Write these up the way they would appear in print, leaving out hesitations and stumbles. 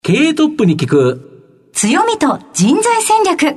経営トップに聞く強みと人材戦略。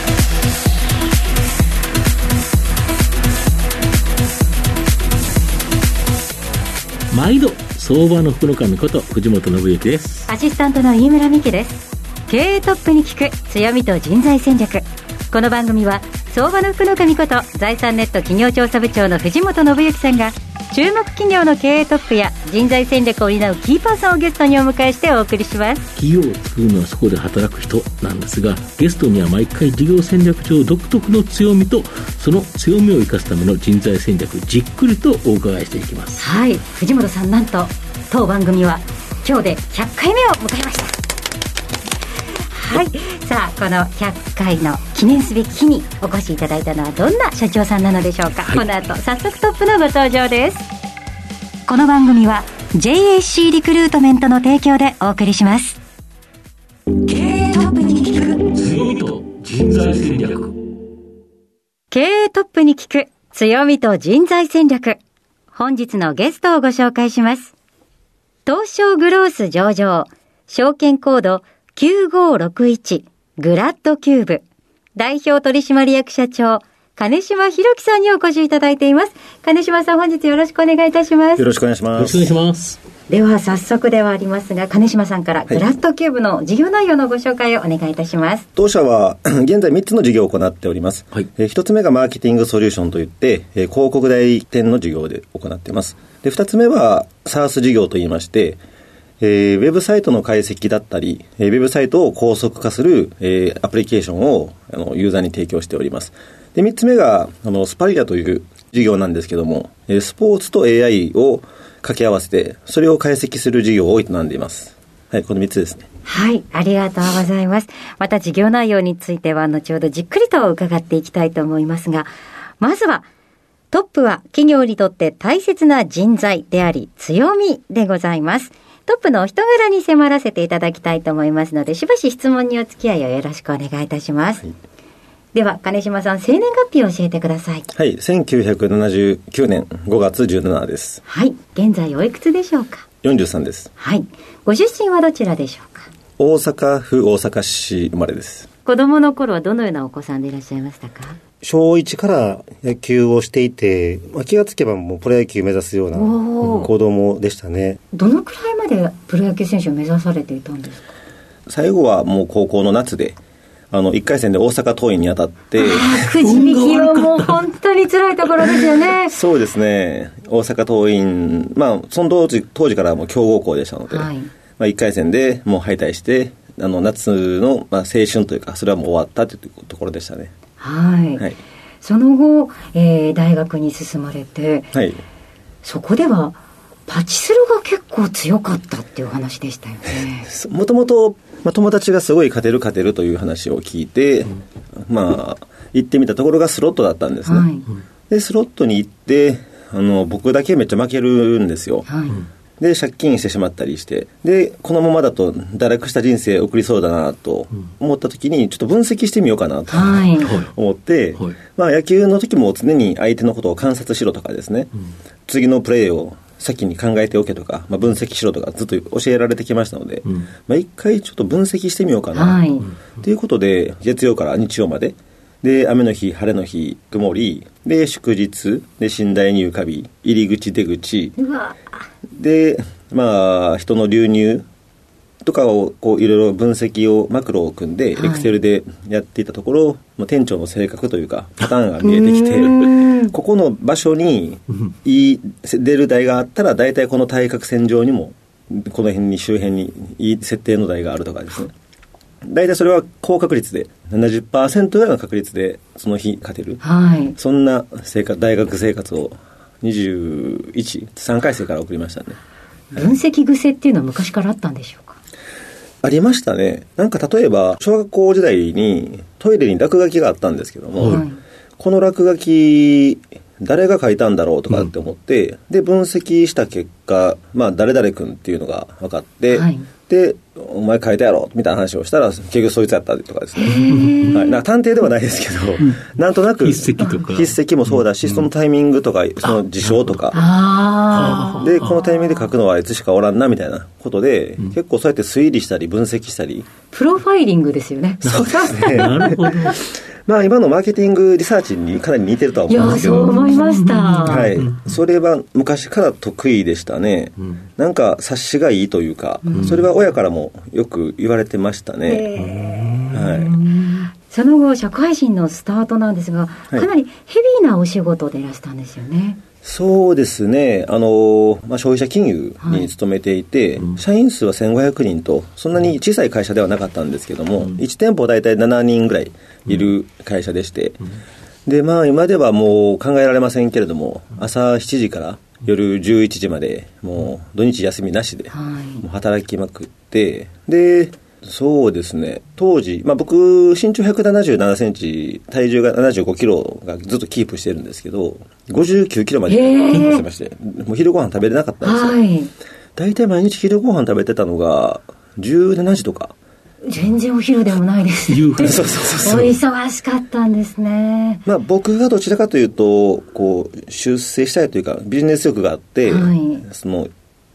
毎度相場の福の神こと藤本信之です。 アシスタントの飯村美希です。経営トップに聞く強みと人材戦略。この番組は相場の福の神こと財産ネット企業調査部長の藤本信之さんが注目企業の経営トップや人材戦略を担うキーパーソンをゲストにお迎えしてお送りします。 企業を作るのはそこで働く人なんですが、ゲストには毎回事業戦略上独特の強みとその強みを生かすための人材戦略じっくりとお伺いしていきます。 はい、藤本さん、なんと当番組は今日で100回目を迎えました。はい、さあこの100回の記念すべき日にお越しいただいたのはどんな社長さんなのでしょうか。はい、この後早速トップのご登場です。この番組は JAC リクルートメントの提供でお送りします。経営トップに聞く強みと人材戦略。 経営トップに聞く強みと人材戦略。本日のゲストをご紹介します。東証グロース上場、証券コード9561グラッドキューブ代表取締役社長金島博樹さんにお越しいただいています。金島さん、本日よろしくお願いいたします。 よろしくお願いします。 よろしくお願いします。 では早速ではありますが、金島さんからグラッドキューブの事業内容のご紹介をお願いいたします。 当社は現在3つの事業を行っております。はい、1つ目がマーケティングソリューションといって、広告代理店の事業で行っています。で、2つ目は SaaS 事業といいまして、ウェブサイトの解析だったり、ウェブサイトを高速化する、アプリケーションをユーザーに提供しております。で、3つ目がスパリアという事業なんですけども、スポーツと AI を掛け合わせてそれを解析する事業を営んでいます。はい、この3つですね。 はい、ありがとうございます。また事業内容については後ほどじっくりと伺っていきたいと思いますが、まずはトップは企業にとって大切な人材であり強みでございます。トップのお人柄に迫らせていただきたいと思いますので、しばし質問にお付き合いをよろしくお願いいたします。はい、では金島さん、生年月日を教えてください。 はい、1979年5月17です。 はい、現在おいくつでしょうか。 43です。 はい、ご出身はどちらでしょうか。 大阪府大阪市生まれです。 子供の頃はどのようなお子さんでいらっしゃいましたか。 小1から野球をしていて、気がつけばもうプロ野球目指すような子供でしたね。 どのくらいまでプロ野球選手を目指されていたんですか。 最後はもう高校の夏で1回戦で大阪桐蔭に当たってくじ引きはもう本当に辛いところですよね。 そうですね、大阪桐蔭、その当時からもう強豪校でしたので、はい、1回戦でもう敗退して夏の、青春というかそれはもう終わったというところでしたね。 はい、はい、その後、大学に進まれて、はい、そこではパチスロが結構強かったっていう話でしたよね。 もともと友達がすごい勝てるという話を聞いて、行ってみたところがスロットだったんですね。はい、でスロットに行って僕だけめっちゃ負けるんですよ。はい、で借金してしまったりして、でこのままだと堕落した人生を送りそうだなと思った時にちょっと分析してみようかなと、はい、思って、はい、野球の時も常に相手のことを観察しろとかですね、次のプレーを先に考えておけとか、分析しろとかずっと教えられてきましたので、一回ちょっと分析してみようかなということで、月曜から日曜までで雨の日晴れの日曇りで祝日で寝台入荷日入り口出口で人の流入とかをこういろいろ分析をマクロを組んでエクセルでやっていたところ、店長の性格というかパターンが見えてきてここの場所に出る台があったら大体この対角線上にもこの辺に周辺にいい設定の台があるとかですね、大体それは高確率で 70% ぐらいの確率でその日勝てる、はい、そんな大学生活を3回生から送りましたね。 分析癖っていうのは昔からあったんでしょうか。 ありましたね。なんか例えば小学校時代にトイレに落書きがあったんですけども、はい、この落書き誰が書いたんだろうとかって思って、で分析した結果、誰々君っていうのが分かって、でお前書いたやろみたいな話をしたら結局そいつやったりとかですね、なんか探偵ではないですけど、なんとなく筆跡とか筆跡もそうだし、そのタイミングとかその事象とかで、このタイミングで書くのはあいつしかおらんなみたいなことで、結構そうやって推理したり分析したり、 プロファイリングですよね。 そうですねなるほど今のマーケティングリサーチにかなり似てるとは思うんですけど、 そう思いました。 それは昔から得意でしたね。なんか察しがいいというか、それは親からもよく言われてましたね。 その後社会人のスタートなんですが、かなりヘビーなお仕事でいらしたんですよね。 そうですね。消費者金融に勤めていて、社員数は1500人とそんなに小さい会社ではなかったんですけども、1店舗大体7人ぐらいいる会社でして、で今ではもう考えられませんけれども、朝7時から夜11時までもう土日休みなしでもう働きまくって、でそうですね、当時、僕身長177センチ体重が75キロがずっとキープしてるんですけど、59キロまでキープしてまして、もう昼ご飯食べれなかったんですよ。大体毎日昼ご飯食べてたのが17時とか。 全然お昼でもないですね。お忙しかったんですね。 僕がどちらかというとこう出世したいというかビジネス欲があって、その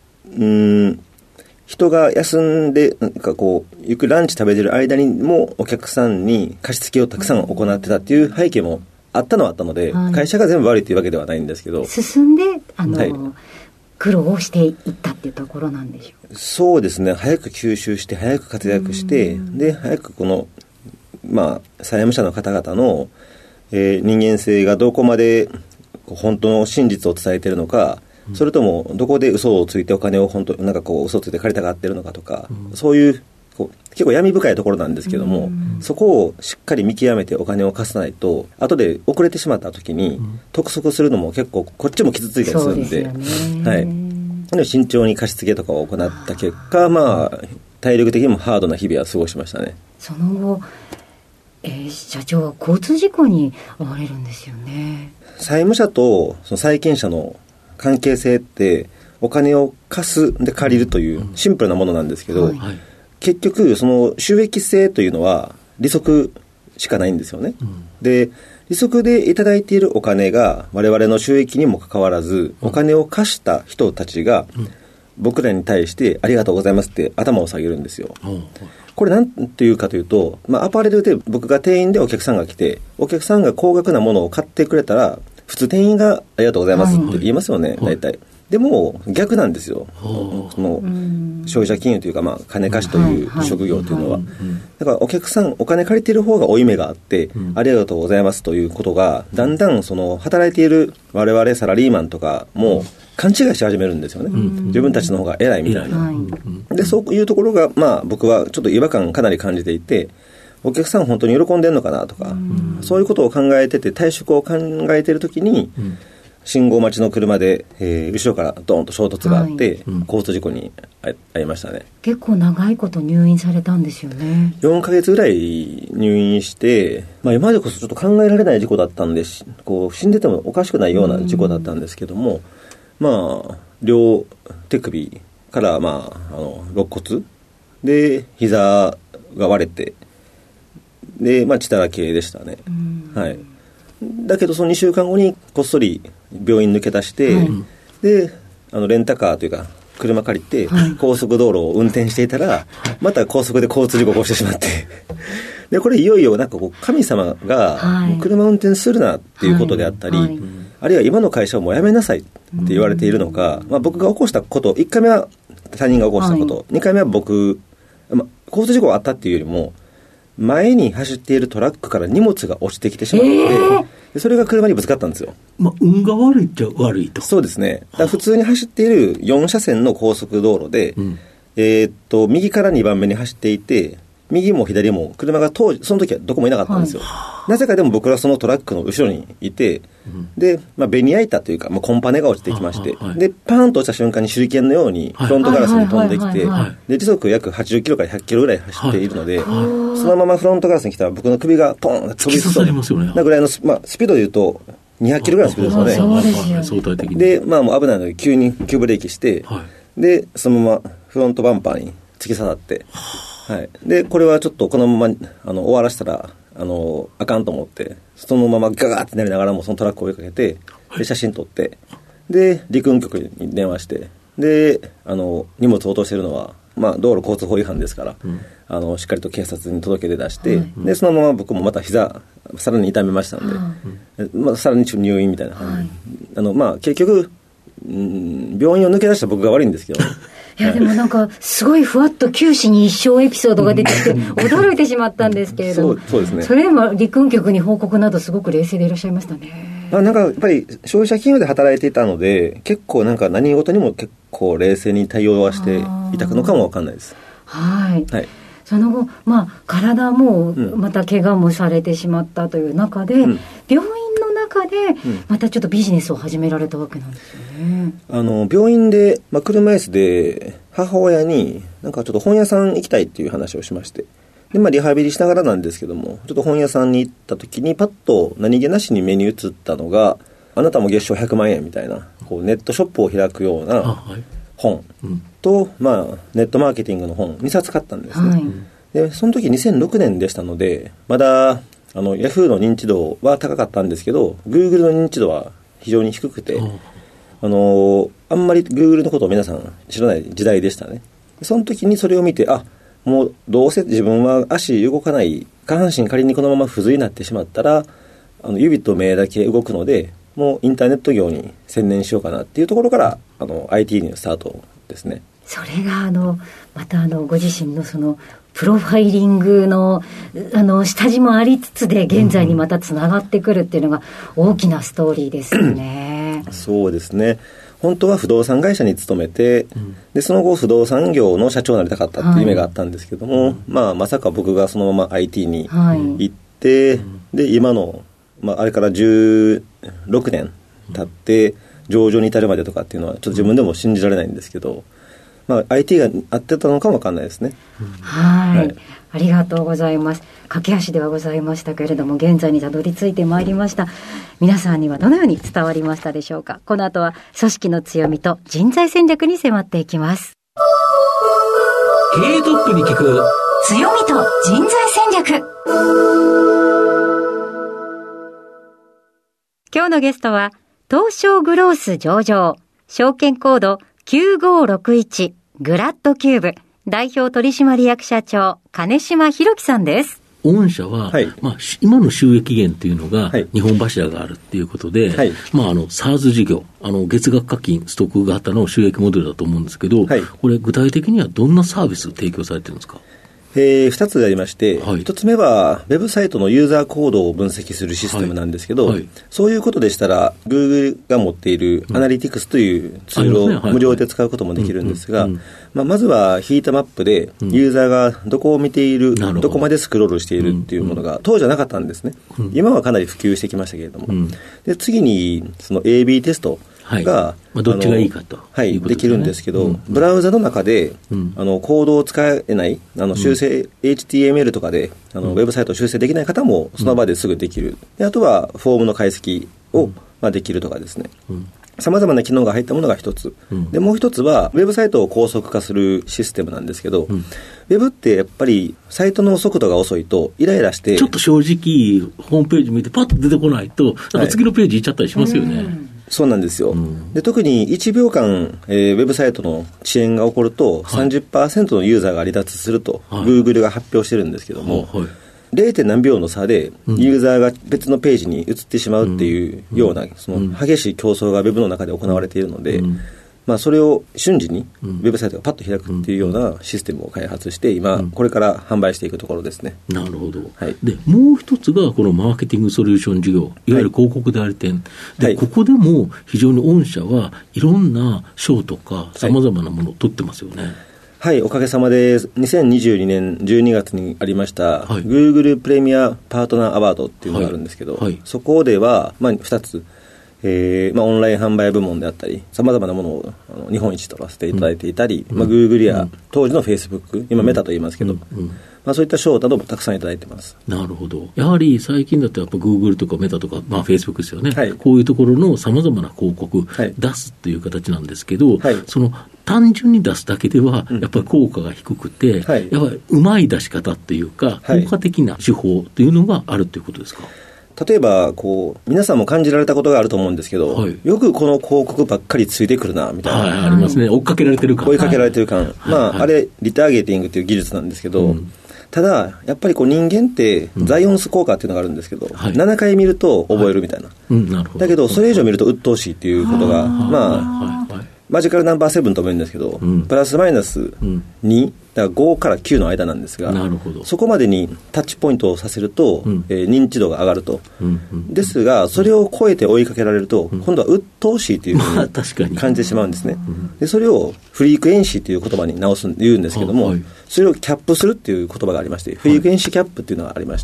人が休んでなんかこうゆっくりランチ食べてる間にもお客さんに貸し付けをたくさん行ってたっていう背景もあったのはあったので、会社が全部悪いというわけではないんですけど、 進んで苦労をしていったっていうところなんでしょう。 そうですね、早く吸収して早く活躍して、で早くこの債務者の方々の、人間性がどこまで本当の真実を伝えているのか、それともどこで嘘をついてお金を本当なんかこう嘘をついて借りたがってるのかとか、そういう結構闇深いところなんですけども、そこをしっかり見極めてお金を貸さないと後で遅れてしまった時に督促するのも結構こっちも傷ついたりするんで、慎重に貸し付けとかを行った結果、体力的にもハードな日々は過ごしましたね。 その後、社長は交通事故に遭われるんですよね。 債務者とその債権者の関係性ってお金を貸すで借りるというシンプルなものなんですけど、結局その収益性というのは利息しかないんですよね。で利息でいただいているお金が我々の収益にもかかわらず、お金を貸した人たちが僕らに対してありがとうございますって頭を下げるんですよ。これ何ていうかというと、アパレルで僕が店員でお客さんが来て、お客さんが高額なものを買ってくれたら普通店員がありがとうございますって言いますよね、大体。でも逆なんですよ、その消費者金融というか、金貸しという職業というのは、だからお客さんお金借りている方が負い目があって、ありがとうございますということがだんだんその働いている我々サラリーマンとかも勘違いし始めるんですよね、自分たちの方が偉いみたいな、でそういうところが僕はちょっと違和感かなり感じていて、お客さん本当に喜んでんのかなとか、そういうことを考えてて退職を考えているときに、信号待ちの車で、後ろからドーンと衝突があって、交通事故に遭いましたね。 結構長いこと入院されたんですよね。 4ヶ月ぐらい入院して、今までこそちょっと考えられない事故だったんで、こう死んでてもおかしくないような事故だったんですけども、両手首から、肋骨で膝が割れて、で血だらけでしたね。だけどその2週間後にこっそり病院抜け出して、でレンタカーというか車借りて高速道路を運転していたら、また高速で交通事故を起こしてしまってでこれいよいよなんかこう神様が車運転するなっていうことであったり、あるいは今の会社をもうやめなさいって言われているのか、僕が起こしたこと1回目は他人が起こしたこと、2回目は僕、交通事故があったっていうよりも前に走っているトラックから荷物が落ちてきてしまって、でそれが車にぶつかったんですよ。 運が悪いっちゃ悪いと。 そうですね。だから普通に走っている4車線の高速道路で、右から2番目に走っていて、右も左も車が当時その時はどこもいなかったんですよ。なぜかでも僕はそのトラックの後ろにいて、で、ベニヤ板というか、コンパネが落ちてきまして、でパーンと落ちた瞬間に手裏剣のようにフロントガラスに飛んできて、で時速約80キロから100キロぐらい走っているので、そのままフロントガラスに来たら僕の首がポーンと飛びそうなぐらいの、スピードでいうと 200キロぐらいのスピードですよね。 そうですよ。 相対的に。 で、まあもう危ないので急に急ブレーキして、 はい、 で、そのままフロントバンパーに突き刺さって、はい、で、これはちょっとこのまま終わらせたら、あかんと思って、そのままガガーってなりながらもそのトラックを追いかけて、で、写真撮って、で、陸運局に電話して、で、荷物を落としてるのは、まあ、道路交通法違反ですから、しっかりと警察に届け出出して、はい、で、そのまま僕もまた膝、さらに痛めましたので、まあ、さらに入院みたいな感じ、はい、まあ、結局、病院を抜け出した僕が悪いんですけど、 いやでもなんかすごいふわっと九死に一生エピソードが出てきて驚いてしまったんですけれども、 そうですね。 それでも陸運局に報告などすごく冷静でいらっしゃいましたね。 なんかやっぱり消費者金融で働いていたので、結構なんか何事にも結構冷静に対応はしていたのかもわかんないです。 はい、 はい、 その後、まあ、体もまた怪我もされてしまったという中で、病院の中でまたちょっとビジネスを始められたわけなんですよね。 病院で、まあ、車椅子で母親になんかちょっと本屋さん行きたいっていう話をしまして、で、まあ、リハビリしながらなんですけども、ちょっと本屋さんに行った時にパッと何気なしに目に映ったのが、あなたも月賞100万円みたいなこうネットショップを開くような本と、まあ、ネットマーケティングの本2冊買ったんですね。はい、でその時2006年でしたので、まだヤフーの認知度は高かったんですけど、Google の認知度は非常に低くて、あんまり Google のことを皆さん知らない時代でしたね。その時にそれを見て、もうどうせ自分は足動かない、下半身仮にこのまま不随になってしまったら、指と目だけ動くので、もうインターネット業に専念しようかなっていうところからIT のスタートですね。 それがまたご自身のそのプロファイリングの下地もありつつで現在にまたつながってくるっていうのが大きなストーリーですよね。 そうですね。本当は不動産会社に勤めて、でその後不動産業の社長になりたかったっていう夢があったんですけども、まあ、まさか僕がそのまま IT に行って、で今の、まあ、あれから16年経って上場に至るまでとかっていうのはちょっと自分でも信じられないんですけど、まあ、IT が合ってたのかもわかんないですね。 はい、ありがとうございます。駆け足ではございましたけれども、現在にたどり着いてまいりました。皆さんにはどのように伝わりましたでしょうか。この後は組織の強みと人材戦略に迫っていきます。 経営トップに聞く強みと人材戦略。今日のゲストは東証グロース上場証券コード9561グラッドキューブ代表取締役社長金島博樹さんです。 御社は、まあ、今の収益源というのが2本柱があるっていうことで、まあ、SaaS 事業、月額課金ストック型の収益モデルだと思うんですけど、これ具体的にはどんなサービスを提供されてるんですか ？2つありまして、1つ目はウェブサイトのユーザーコードを分析するシステムなんですけど、そういうことでしたら Google が持っているアナリティクスというツールを無料で使うこともできるんですが、まずはヒートマップでユーザーがどこを見ている、どこまでスクロールしているっていうものが当時はなかったんですね。今はかなり普及してきましたけれども、で次にその AB テストが、 どっちがいいかと、 できるんですけど、ブラウザの中で、コードを使えない修正、HTML とかでウェブサイトを修正できない方もその場ですぐできる。であとはフォームの解析を、できるとかですね。さまざまな機能が入ったものが一つ、でもう一つはウェブサイトを高速化するシステムなんですけど、ウェブってやっぱりサイトの速度が遅いとイライラして、 ちょっと正直ホームページ見てパッと出てこないとなんか次のページ行っちゃったりしますよね。 そうなんですよ。で特に1秒間、ウェブサイトの遅延が起こると、30% のユーザーが離脱すると、Google が発表してるんですけども、0. 何秒の差でユーザーが別のページに移ってしまうっていうような、その激しい競争がウェブの中で行われているので、それを瞬時にウェブサイトがパッと開くっていうようなシステムを開発して今これから販売していくところですね。 なるほど、でもう一つがこのマーケティングソリューション事業、いわゆる広告代理店で、ここでも非常に御社はいろんな賞とかさまざまなものを取ってますよね。 おかげさまで2022年12月にありました、Google プレミアパートナーアワードっていうのがあるんですけど、そこでは、2つオンライン販売部門であったり、様々なものを日本一取らせていただいていたり、Google や当時の Facebook、今メタと言いますけど、そういった賞などもたくさんいただいてます。 なるほど。やはり最近だとやっぱ Google とかメタとか、Facebook ですよね、こういうところの様々な広告、出すっていう形なんですけど、その単純に出すだけではやっぱり効果が低くて、やっぱりうまい出し方っていうか、効果的な手法というのがあるということですか。 例えば皆さんも感じられたことがあると思うんですけど、よくこの広告ばっかりついてくるなみたいな、 ありますね。追っかけられてる感。 追いかけられてる感、あれリターゲティングという技術なんですけど、ただやっぱり人間ってザイオンス効果っていうのがあるんですけど、7回見ると覚えるみたいな、だけどそれ以上見ると鬱陶しいっていうことがマジカルナンバー7とも言うんですけど、プラスマイナス2、だから5から9の間なんですが、そこまでにタッチポイントをさせると、認知度が上がると、ですがそれを超えて追いかけられると、今度は鬱陶しいというふうに感じてしまうんですね。でそれをフリークエンシーという言葉に言うんですけども、それをキャップするっていう言葉がありまして、フリークエンシーキャップっていうのがありまして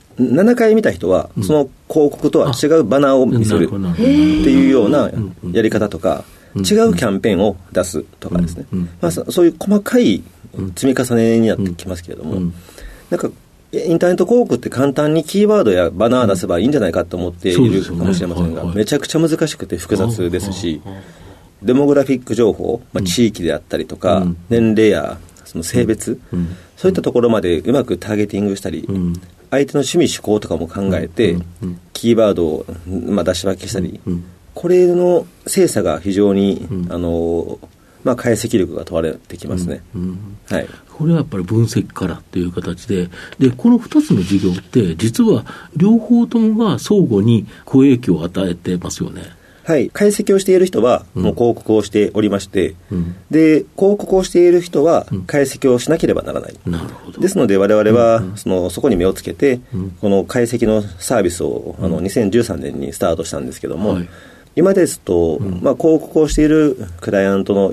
、7回見た人はその広告とは違うバナーを見せるっていうようなやり方とか、違うキャンペーンを出すとかですね、そういう細かい積み重ねになってきますけれども、なんかインターネット広告って簡単にキーワードやバナー出せばいいんじゃないかと思っているかもしれませんが、めちゃくちゃ難しくて複雑ですし、デモグラフィック情報、地域であったりとか、年齢やその性別、そういったところまでうまくターゲティングしたり、相手の趣味嗜好とかも考えて、キーワードを出し分けしたり、これの精査が非常に、解析力が問われてきますね。 これはやっぱり分析からという形で、この2つの事業って実は両方ともが相互に好影響を与えてますよね。 解析をしている人はもう広告をしておりまして、で広告をしている人は解析をしなければならない、ですので我々はそこに目をつけて、この解析のサービスを2013年にスタートしたんですけども、今ですと、広告をしているクライアントの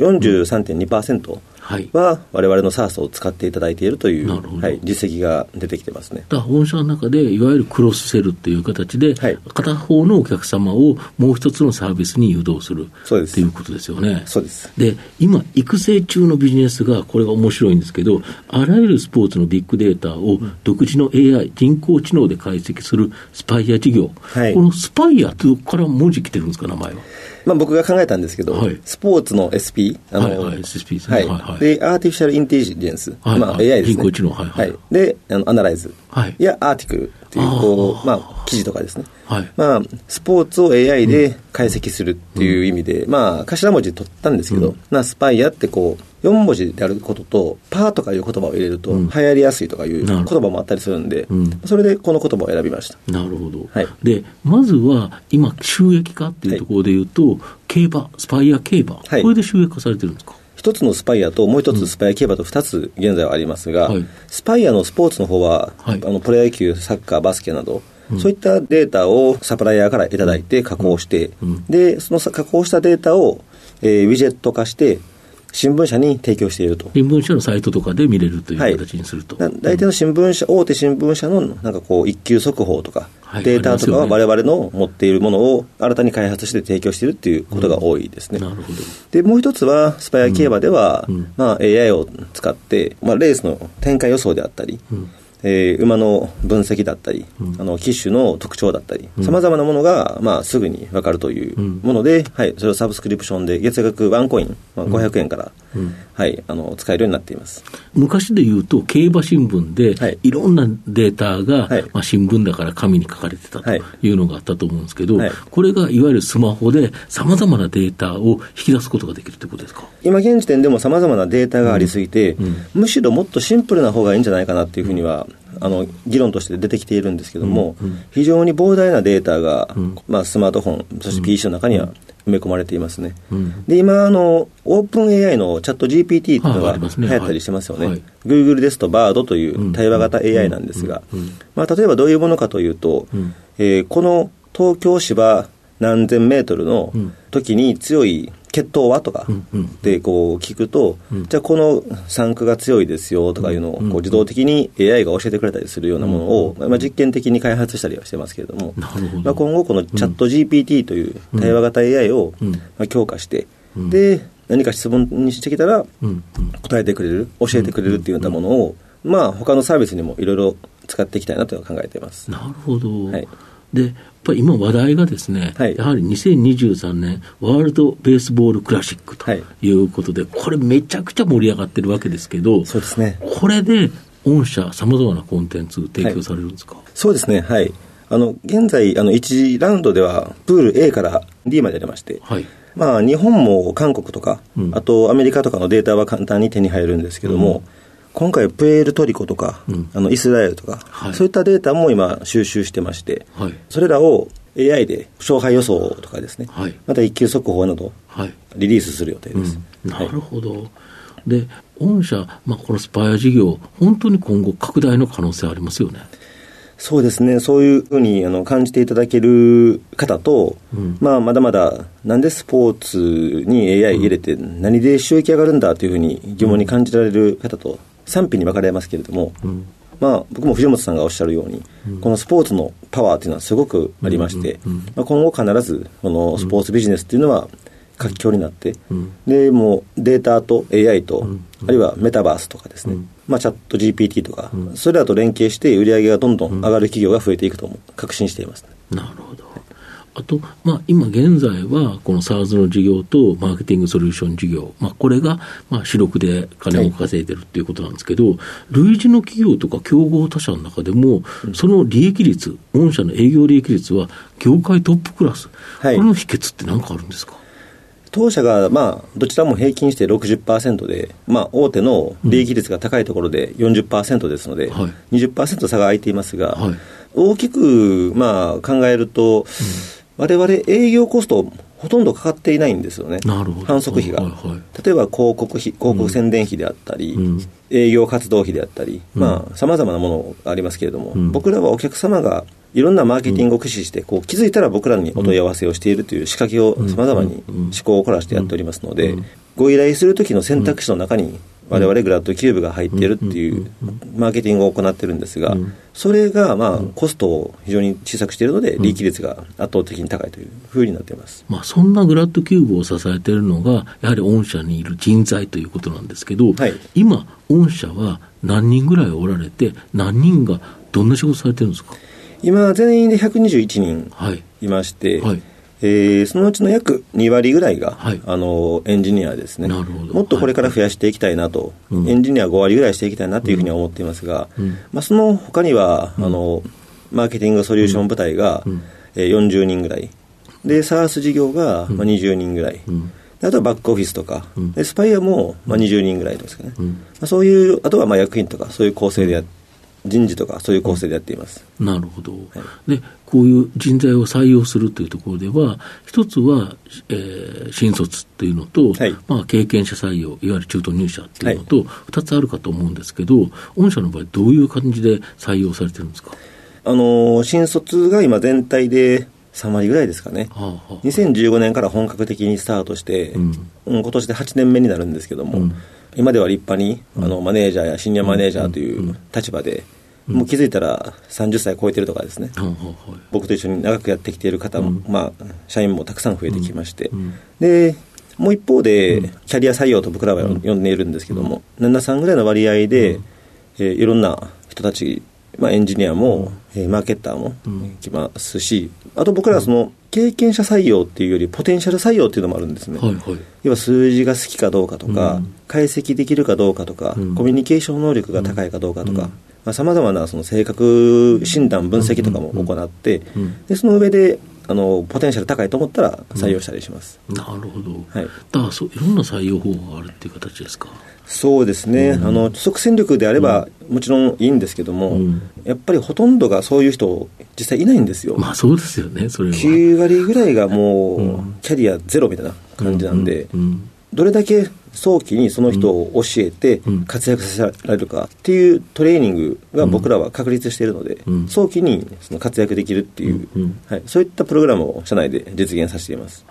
43.2% は我々の SaaS を使っていただいているという、実績が出てきてますね。 本社の中でいわゆるクロスセルという形で、片方のお客様をもう一つのサービスに誘導するということですよね。 そうです。 で今育成中のビジネスがこれが面白いんですけど、あらゆるスポーツのビッグデータを独自の AI 人工知能で解析するスパイア事業、このスパイアとから文字来てるんですか、名前は。 僕が考えたんですけど、スポーツの SP、 SSP ですね。 でアーティフィシャルインテリジェンス、AI ですね。 人工知能、 でアナライズ、やアーティクルっていう記事とかですね。スポーツを AI で解析するっていう意味で、頭文字取ったんですけど、スパイアって4文字であることとパーとかいう言葉を入れると流行りやすいとかいう言葉もあったりするんで、それでこの言葉を選びました。 なるほど。でまずは今収益化っていうところでいうと、競馬、スパイア競馬、これで収益化されてるんですか。 一つのスパイアともう一つスパイア競馬と2つ現在はありますが、スパイアのスポーツの方は、プロ野球、サッカー、バスケなど、そういったデータをサプライヤーからいただいて加工して、でその加工したデータを、ウィジェット化して新聞社に提供していると。 新聞社のサイトとかで見れるという形にすると。 大体の新聞社、大手新聞社の一級速報とか、データとかは我々の持っているものを新たに開発して提供しているということが多いですね。 なるほど。 でもう一つはスパイア競馬では、AI を使って、レースの展開予想であったり、馬の分析だったり、騎手の特徴だったり、さまざまなものが、すぐに分かるというもので、それをサブスクリプションで月額ワンコイン、500円から、使えるようになっています。 昔でいうと競馬新聞で、いろんなデータが、新聞だから紙に書かれてたというのがあったと思うんですけど、これがいわゆるスマホでさまざまなデータを引き出すことができるということですか。 今現時点でもさまざまなデータがありすぎて、むしろもっとシンプルな方がいいんじゃないかなっていうふうには、議論として出てきているんですけども、非常に膨大なデータが、スマートフォンそして PC の中には埋め込まれていますね。で今オープン AI のチャット GPT というのが流行ったりしてますよね。Google ですと Bard という対話型 AI なんですが、例えばどういうものかというと、この東京芝何千メートルの時に強い血糖はとかでこう聞くと、じゃあこの酸化が強いですよとかいうのをこう自動的に AI が教えてくれたりするようなものを、実験的に開発したりはしてますけれども、今後このチャット GPT という対話型 AI を強化して、で何か質問にしてきたら答えてくれる、教えてくれるっていうようなものを、他のサービスにもいろいろ使っていきたいなと考えています。 なるほど、はい。でやっぱり今話題がですね、はい、やはり2023年ワールドベースボールクラシックということで、これめちゃくちゃ盛り上がってるわけですけど、 そうですね、 これで御社さまざまなコンテンツ提供されるんですか？はい、 そうですね、はい。現在1次ラウンドではプール A から D まで出まして、はい、日本も韓国とか、あとアメリカとかのデータは簡単に手に入るんですけども、今回プエルトリコとか、イスラエルとか、はい、そういったデータも今収集してまして、はい、それらを AI で勝敗予想とかですね、はい、また一級速報などリリースする予定です。 なるほど。で御社、このスパイア事業本当に今後拡大の可能性ありますよね？ そうですね、そういうふうに感じていただける方と、まだまだなんでスポーツに AI 入れて何で収益上がるんだというふうに疑問に感じられる方と賛否に分かれますけれども、僕も藤本さんがおっしゃるように、このスポーツのパワーというのはすごくありまして、今後必ずこのスポーツビジネスというのは活況になって、でもうデータと AI と、あるいはメタバースとかですね、チャット GPT とか、それらと連携して売り上げがどんどん上がる企業が増えていくと確信しています。 なるほど。あと、今現在はこの SaaS の事業とマーケティングソリューション事業、これが主力で金を稼いでるっていうことなんですけど、類似の企業とか競合他社の中でも、その利益率、御社の営業利益率は業界トップクラス、これの秘訣って何かあるんですか？ 当社がどちらも平均して 60% で、大手の利益率が高いところで 40% ですので、20% 差が空いていますが、大きく考えると、我々営業コストほとんどかかっていないんですよね。 なるほど。 販促費が、例えば広告宣伝費であったり、営業活動費であったり、さまざまなものがありますけれども、僕らはお客様がいろんなマーケティングを駆使して気づいたら僕らにお問い合わせをしているという仕掛けをさまざまに思考を凝らしてやっておりますので、ご依頼するときの選択肢の中に我々グラッドキューブが入っているっていうマーケティングを行っているんですが、それがコストを非常に小さくしているので利益率が圧倒的に高いというふうになっています。 そんなグラッドキューブを支えているのがやはり御社にいる人材ということなんですけど、今御社は何人ぐらいおられて、何人がどんな仕事されてるんですか？ 今全員で121人いまして、そのうちの約2割ぐらいが、エンジニアですね。なるほど。もっとこれから増やしていきたいなと、エンジニア5割ぐらいしていきたいなというふうには思っていますが、その他にはマーケティングソリューション部隊が、40人ぐらいで、SaaS 事業が、20人ぐらい、あとはバックオフィスとか、でスパイアも、20人ぐらいですかね。そういう、あとは役員とかそういう構成で人事とかそういう構成でやっています。 なるほど。でこういう人材を採用するというところでは、一つは、新卒というのと、経験者採用、いわゆる中途入社というのと、2つあるかと思うんですけど、御社の場合どういう感じで採用されてるんですか？ 新卒が今全体で3割ぐらいですかね。2015年から本格的にスタートして、今年で8年目になるんですけども、今では立派にマネージャーやシニアマネージャーという立場で、もう気づいたら30歳超えてるとかですね、僕と一緒に長くやってきている方も、社員もたくさん増えてきまして、でもう一方で、キャリア採用と僕らは呼んでいるんですけども、7、3ぐらいの割合で、いろんな人たち、エンジニアも、マーケッターも来ますし、あと僕らはその経験者採用っていうよりポテンシャル採用っていうのもあるんですね。要は数字が好きかどうかとか、解析できるかどうかとか、コミュニケーション能力が高いかどうかとか、さまざまなその性格診断分析とかも行って、でその上でポテンシャル高いと思ったら採用したりします。 なるほど。だからいろんな採用方法があるっていう形ですか？ そうですね、即戦力であればもちろんいいんですけども、やっぱりほとんどがそういう人実際いないんですよ。 そうですよね。それは 9割ぐらいがもうキャリアゼロみたいな感じなんで、どれだけ早期にその人を教えて活躍させられるかっていうトレーニングが僕らは確立しているので、早期にその活躍できるっていう、そういったプログラムを社内で実現させています。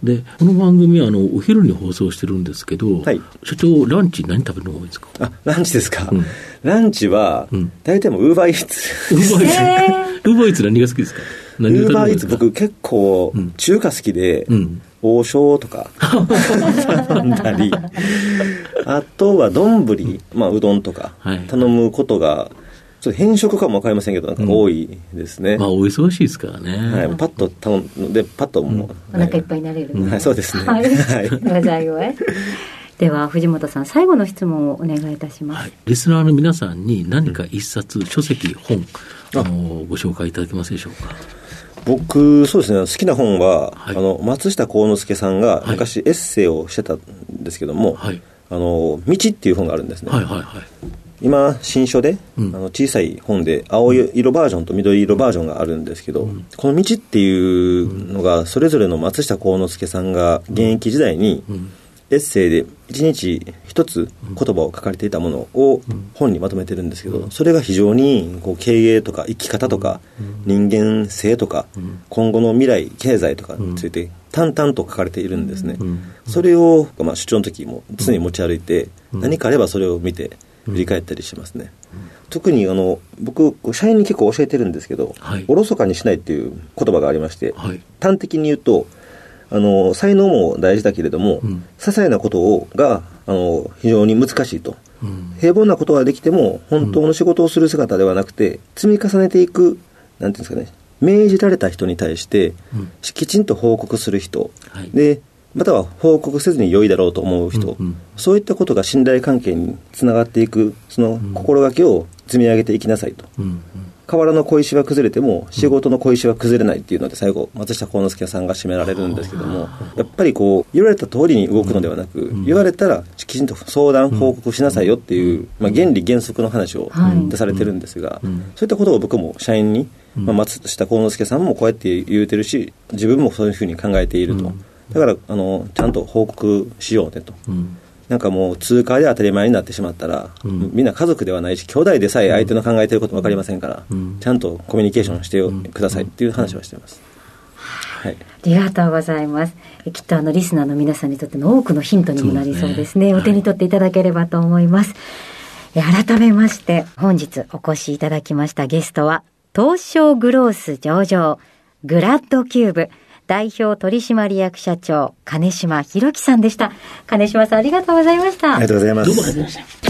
でこの番組はお昼に放送してるんですけど、はい、社長ランチ何食べるのが多いですか？ ランチですか、ランチは、大体もウーバーイーツ。 ウーバーイーツ何が好きですか？ ウーバーイーツ僕結構中華好きで、王将とか頼んだりあとは丼、うどんとか頼むことがちょっと変色かも分かりませんけどなんか多いですね、 お忙しいですからね、 はい、パッと頼んでパッともう、 お腹いっぱいになれる、 はい、そうですね、 はい、ございます。では藤本さん最後の質問をお願いいたします、 リスナーの皆さんに何か一冊、書籍本ご紹介いただけますでしょうか？ 僕そうですね、好きな本は、松下幸之助さんが昔エッセイをしてたんですけども、道っていう本があるんですね、今新書で、小さい本で青色バージョンと緑色バージョンがあるんですけど、この道っていうのがそれぞれの松下幸之助さんが現役時代にエッセイで1日1つ言葉を書かれていたものを本にまとめてるんですけど、それが非常にこう経営とか生き方とか人間性とか今後の未来経済とかについて淡々と書かれているんですね。それを、出張の時も常に持ち歩いて、何かあればそれを見て振り返ったりしますね。特に僕社員に結構教えてるんですけど、おろそかにしないっていう言葉がありまして、端的に言うと才能も大事だけれども、些細なことが非常に難しいと、平凡なことはできても本当の仕事をする姿ではなくて、積み重ねていく、なんていうんですかね、命じられた人に対してきちんと報告する人、でまたは報告せずに良いだろうと思う人、そういったことが信頼関係につながっていく、その心がけを積み上げていきなさいと、河原の小石は崩れても仕事の小石は崩れないっていうので最後松下幸之助さんが締められるんですけども、やっぱりこう言われた通りに動くのではなく、言われたらきちんと相談報告しなさいよっていう、原理原則の話を出されてるんですが、そういったことを僕も社員に、松下幸之助さんもこうやって言うてるし、自分もそういうふうに考えていると、だからちゃんと報告しようねと、なんかもう通過で当たり前になってしまったら、みんな家族ではないし兄弟でさえ相手の考えていること分かりませんから、ちゃんとコミュニケーションしてくださいっていう話はしています、 ありがとうございます。きっとリスナーの皆さんにとっての多くのヒントにもなりそうですね。お手に取っていただければと思います。改めまして本日お越しいただきましたゲストは東証グロース上場グラッドキューブ代表取締役社長金島博樹さんでした。金島さんありがとうございました。 ありがとうございます。 どうもありがとうございました。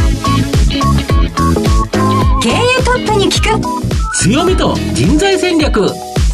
経営トップに聞く強みと人材戦略。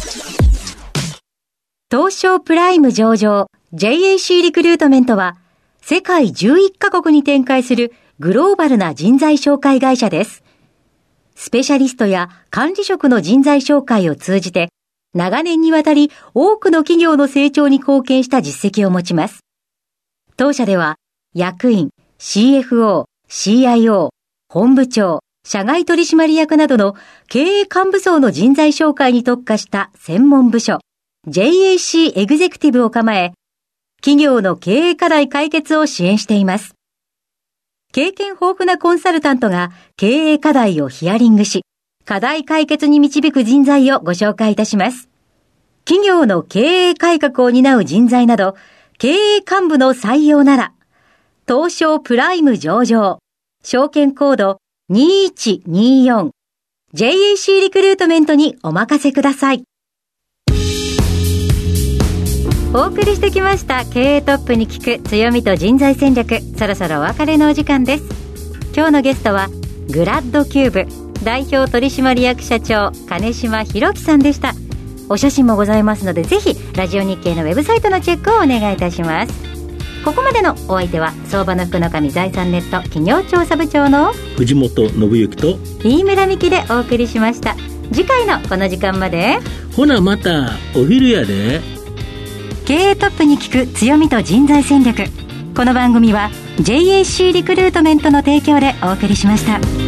東証プライム上場 JAC リクルートメントは世界11カ国に展開するグローバルな人材紹介会社です。スペシャリストや管理職の人材紹介を通じて長年にわたり多くの企業の成長に貢献した実績を持ちます。当社では役員、CFO、CIO、本部長、社外取締役などの経営幹部層の人材紹介に特化した専門部署 JAC エグゼクティブを構え、企業の経営課題解決を支援しています。経験豊富なコンサルタントが経営課題をヒアリングし、課題解決に導く人材をご紹介いたします。企業の経営改革を担う人材など、経営幹部の採用なら、東証プライム上場、証券コード2124、JAC リクルートメントにお任せください。お送りしてきました経営トップに聞く強みと人材戦略、そろそろお別れのお時間です。今日のゲストはグラッドキューブ代表取締役社長金島博樹さんでした。お写真もございますので、ぜひラジオ日経のウェブサイトのチェックをお願いいたします。ここまでのお相手は相場の福の神財産ネット企業調査部長の藤本信之と飯村美希でお送りしました。次回のこの時間まで、 ほなまたお昼やで。 経営トップに聞く強みと人材戦略。この番組は JAC リクルートメントの提供でお送りしました。